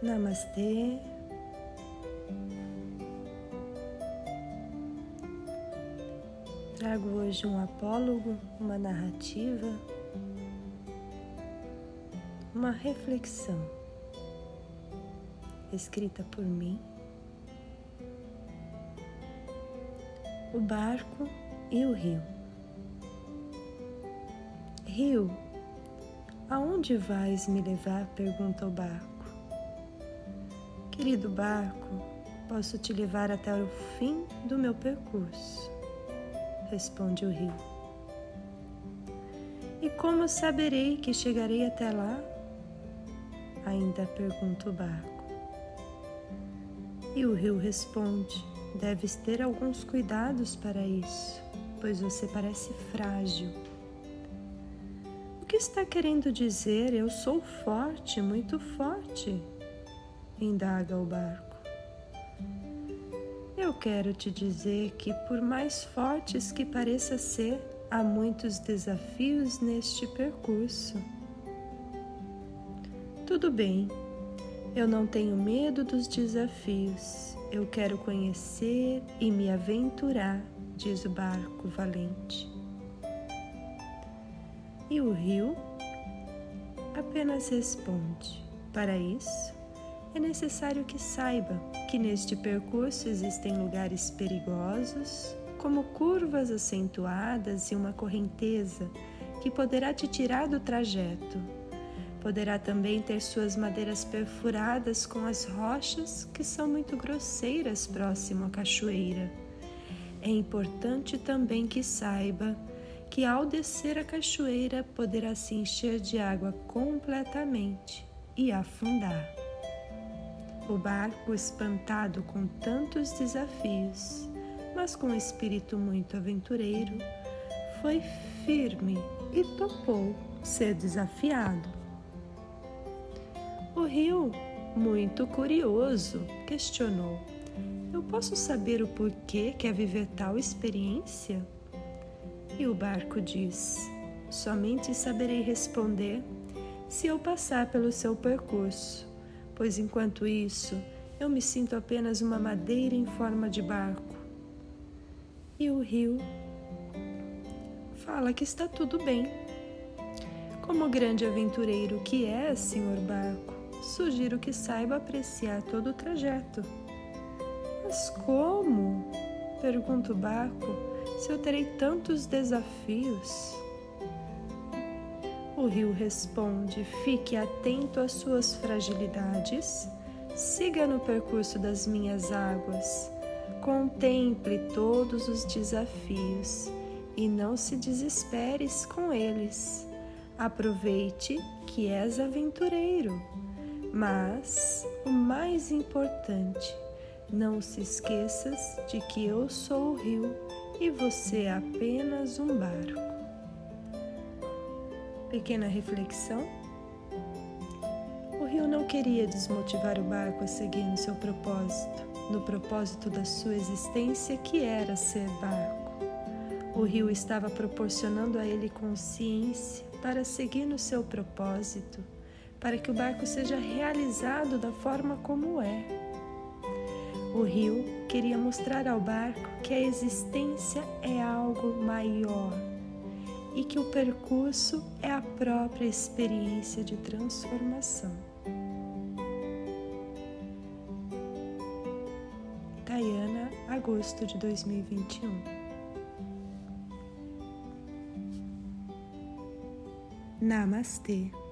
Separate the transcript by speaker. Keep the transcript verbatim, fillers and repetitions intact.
Speaker 1: Namastê. Trago hoje um apólogo, uma narrativa, uma reflexão escrita por mim. O barco e o rio. Rio, aonde vais me levar? Pergunta o barco. Querido barco, posso te levar até o fim do meu percurso, responde o rio. E como saberei que chegarei até lá? Ainda pergunta o barco. E o rio responde: deves ter alguns cuidados para isso, pois você parece frágil. O que está querendo dizer? Eu sou forte, muito forte, indaga o barco. Eu quero te dizer que, por mais fortes que pareça ser, há muitos desafios neste percurso. Tudo bem, eu não tenho medo dos desafios. Eu quero conhecer e me aventurar, diz o barco valente. E o rio apenas responde: para isso, é necessário que saiba que neste percurso existem lugares perigosos, como curvas acentuadas e uma correnteza que poderá te tirar do trajeto. Poderá também ter suas madeiras perfuradas com as rochas que são muito grosseiras próximo à cachoeira. É importante também que saiba que ao descer a cachoeira poderá se encher de água completamente e afundar. O barco, espantado com tantos desafios, mas com um espírito muito aventureiro, foi firme e topou ser desafiado. O rio, muito curioso, questionou: eu posso saber o porquê quer viver tal experiência? E o barco diz: somente saberei responder se eu passar pelo seu percurso, pois enquanto isso eu me sinto apenas uma madeira em forma de barco. E o rio fala que está tudo bem. Como grande aventureiro que é, senhor barco, sugiro que saiba apreciar todo o trajeto. Mas como? Pergunta o barco, se eu terei tantos desafios? O rio responde: fique atento às suas fragilidades, siga no percurso das minhas águas, contemple todos os desafios e não se desesperes com eles. Aproveite que és aventureiro, mas o mais importante, não se esqueças de que eu sou o rio e você é apenas um barco. Pequena reflexão. O rio não queria desmotivar o barco a seguir no seu propósito, no propósito da sua existência, que era ser barco. O rio estava proporcionando a ele consciência para seguir no seu propósito, para que o barco seja realizado da forma como é. O rio queria mostrar ao barco que a existência é algo maior e que o percurso é a própria experiência de transformação. Tayana, agosto de dois mil e vinte e um. Namastê.